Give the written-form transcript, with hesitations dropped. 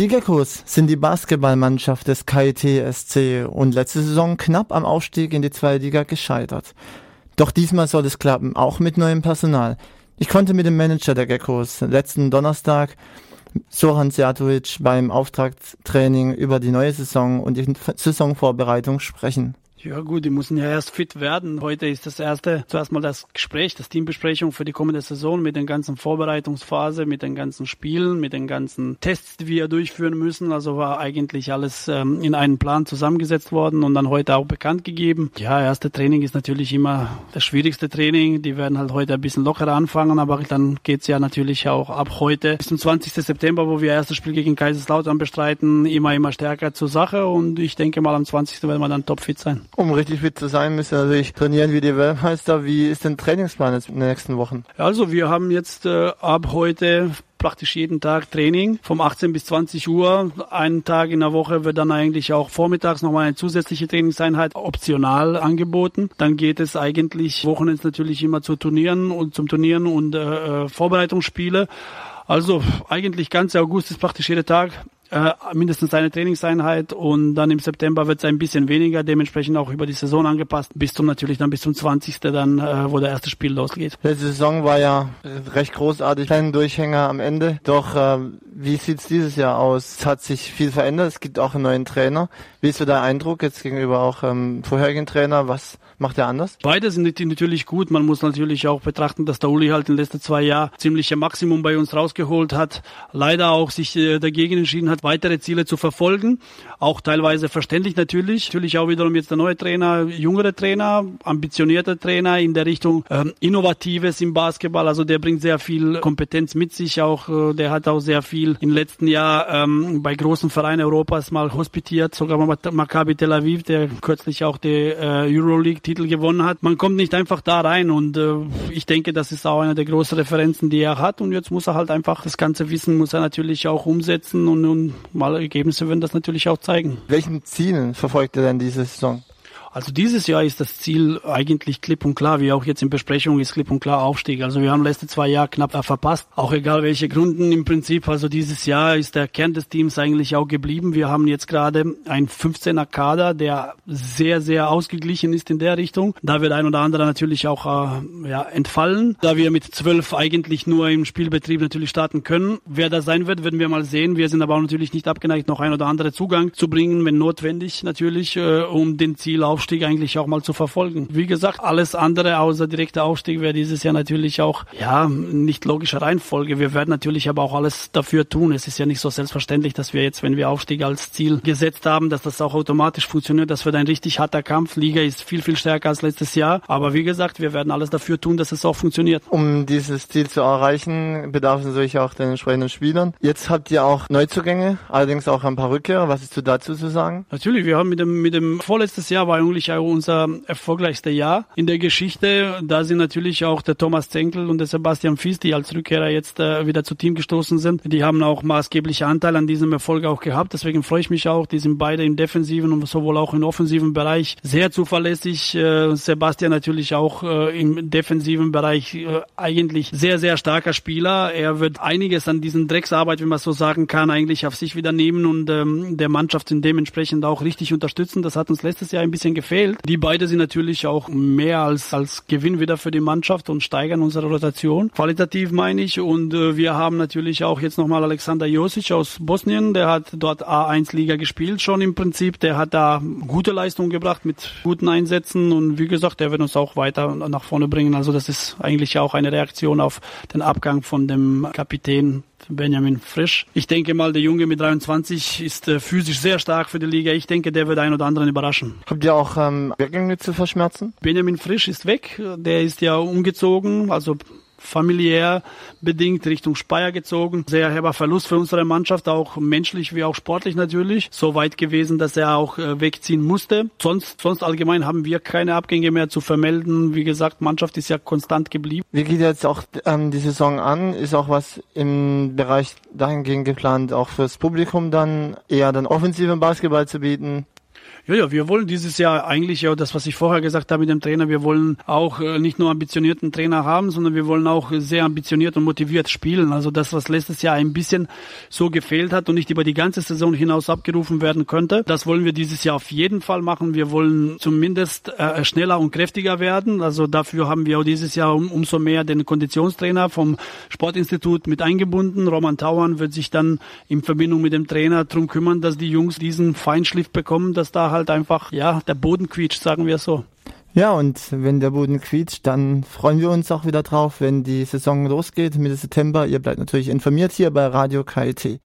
Die Geckos sind die Basketballmannschaft des KIT-SC und letzte Saison knapp am Aufstieg in die zweite Liga gescheitert. Doch diesmal soll es klappen, auch mit neuem Personal. Ich konnte mit dem Manager der Geckos letzten Donnerstag, Zoran Sjatovic, beim Auftakttraining über die neue Saison und die Saisonvorbereitung sprechen. Ja gut, die müssen ja erst fit werden. Heute ist zuerst mal das Gespräch, das Teambesprechung für die kommende Saison mit den ganzen Vorbereitungsphase, mit den ganzen Spielen, mit den ganzen Tests, die wir durchführen müssen. Also war eigentlich alles in einen Plan zusammengesetzt worden und dann heute auch bekannt gegeben. Ja, erste Training ist natürlich immer das schwierigste Training. Die werden halt heute ein bisschen lockerer anfangen, aber dann geht's ja natürlich auch ab heute bis zum 20. September, wo wir erstes Spiel gegen Kaiserslautern bestreiten, immer stärker zur Sache und ich denke mal am 20. werden wir dann topfit sein. Um richtig fit zu sein, müssen wir natürlich trainieren wie die Weltmeister. Wie ist denn Trainingsplan jetzt in den nächsten Wochen? Also wir haben jetzt ab heute praktisch jeden Tag Training vom 18 bis 20 Uhr. Einen Tag in der Woche wird dann eigentlich auch vormittags nochmal eine zusätzliche Trainingseinheit optional angeboten. Dann geht es eigentlich wochenends natürlich immer zum Turnieren und Vorbereitungsspiele. Also eigentlich ganze August ist praktisch jeder Tag mindestens eine Trainingseinheit und dann im September wird es ein bisschen weniger, dementsprechend auch über die Saison angepasst, bis zum 20. dann, wo der erste Spiel losgeht. Letzte Saison war ja recht großartig, kleinen Durchhänger am Ende. Doch wie sieht's dieses Jahr aus? Es hat sich viel verändert, es gibt auch einen neuen Trainer. Wie ist so der Eindruck jetzt gegenüber auch vorherigen Trainer? Was macht er anders? Beide sind natürlich gut. Man muss natürlich auch betrachten, dass der Uli halt in den letzten 2 Jahren ziemliche Maximum bei uns rausgeholt hat. Leider auch sich dagegen entschieden hat, weitere Ziele zu verfolgen. Auch teilweise verständlich natürlich. Natürlich auch wiederum jetzt der neue Trainer, jüngere Trainer, ambitionierter Trainer in der Richtung Innovatives im Basketball. Also der bringt sehr viel Kompetenz mit sich. Auch der hat auch sehr viel im letzten Jahr bei großen Vereinen Europas mal hospitiert. Sogar mal Maccabi Tel Aviv, der kürzlich auch die Euroleague-Titel gewonnen hat. Man kommt nicht einfach da rein und ich denke, das ist auch eine der großen Referenzen, die er hat. Und jetzt muss er halt einfach das ganze Wissen muss er natürlich auch umsetzen und mal Ergebnisse werden das natürlich auch zeigen. Welchen Zielen verfolgt er denn diese Saison? Also dieses Jahr ist das Ziel eigentlich klipp und klar, wie auch jetzt in Besprechung ist klipp und klar Aufstieg. Also wir haben letzte 2 Jahre knapp verpasst, auch egal welche Gründen im Prinzip. Also dieses Jahr ist der Kern des Teams eigentlich auch geblieben. Wir haben jetzt gerade einen 15er Kader, der sehr, sehr ausgeglichen ist in der Richtung. Da wird ein oder andere natürlich auch entfallen, da wir mit 12 eigentlich nur im Spielbetrieb natürlich starten können. Wer das sein wird, werden wir mal sehen. Wir sind aber auch natürlich nicht abgeneigt, noch ein oder andere Zugang zu bringen, wenn notwendig natürlich, um den Zielaufstieg eigentlich auch mal zu verfolgen. Wie gesagt, alles andere außer direkter Aufstieg wäre dieses Jahr natürlich auch, nicht logische Reihenfolge. Wir werden natürlich aber auch alles dafür tun. Es ist ja nicht so selbstverständlich, dass wir jetzt, wenn wir Aufstieg als Ziel gesetzt haben, dass das auch automatisch funktioniert. Das wird ein richtig harter Kampf. Liga ist viel, viel stärker als letztes Jahr. Aber wie gesagt, wir werden alles dafür tun, dass es auch funktioniert. Um dieses Ziel zu erreichen, bedarf es natürlich auch den entsprechenden Spielern. Jetzt habt ihr auch Neuzugänge, allerdings auch ein paar Rückkehrer. Was ist dazu zu sagen? Natürlich, wir haben mit dem vorletztes Jahr war eigentlich auch unser erfolgreichstes Jahr in der Geschichte. Da sind natürlich auch der Thomas Zenkel und der Sebastian Fies, die als Rückkehrer jetzt wieder zu Team gestoßen sind. Die haben auch maßgeblichen Anteil an diesem Erfolg auch gehabt. Deswegen freue ich mich auch. Die sind beide im defensiven und sowohl auch im offensiven Bereich sehr zuverlässig. Sebastian natürlich auch im defensiven Bereich eigentlich sehr, sehr starker Spieler. Er wird einiges an diesen Drecksarbeit, wenn man so sagen kann, eigentlich auf sich wieder nehmen und der Mannschaft dementsprechend auch richtig unterstützen. Das hat uns letztes Jahr ein bisschen gefehlt. Die beiden sind natürlich auch mehr als Gewinn wieder für die Mannschaft und steigern unsere Rotation. Qualitativ meine ich. Und wir haben natürlich auch jetzt nochmal Alexander Josic aus Bosnien. Der hat dort A1-Liga gespielt schon im Prinzip. Der hat da gute Leistungen gebracht mit guten Einsätzen. Und wie gesagt, der wird uns auch weiter nach vorne bringen. Also das ist eigentlich auch eine Reaktion auf den Abgang von dem Kapitän Benjamin Frisch. Ich denke mal, der Junge mit 23 ist physisch sehr stark für die Liga. Ich denke, der wird einen oder anderen überraschen. Habt ihr auch Weggänge zu verschmerzen? Benjamin Frisch ist weg. Der ist ja umgezogen, also familiär bedingt Richtung Speyer gezogen. Sehr herber Verlust für unsere Mannschaft, auch menschlich wie auch sportlich natürlich. So weit gewesen, dass er auch wegziehen musste. Sonst allgemein haben wir keine Abgänge mehr zu vermelden. Wie gesagt, Mannschaft ist ja konstant geblieben. Wie geht jetzt auch die Saison an? Ist auch was im Bereich dahingehend geplant, auch fürs Publikum dann eher offensiven Basketball zu bieten? Ja, wir wollen dieses Jahr eigentlich, ja, das, was ich vorher gesagt habe mit dem Trainer, wir wollen auch nicht nur ambitionierten Trainer haben, sondern wir wollen auch sehr ambitioniert und motiviert spielen. Also das, was letztes Jahr ein bisschen so gefehlt hat und nicht über die ganze Saison hinaus abgerufen werden könnte, das wollen wir dieses Jahr auf jeden Fall machen. Wir wollen zumindest schneller und kräftiger werden. Also dafür haben wir auch dieses Jahr umso mehr den Konditionstrainer vom Sportinstitut mit eingebunden. Roman Tauern wird sich dann in Verbindung mit dem Trainer darum kümmern, dass die Jungs diesen Feinschliff bekommen, dass da halt einfach, ja, der Boden quietscht, sagen wir so. Ja, und wenn der Boden quietscht, dann freuen wir uns auch wieder drauf, wenn die Saison losgeht, Mitte September. Ihr bleibt natürlich informiert hier bei Radio KIT.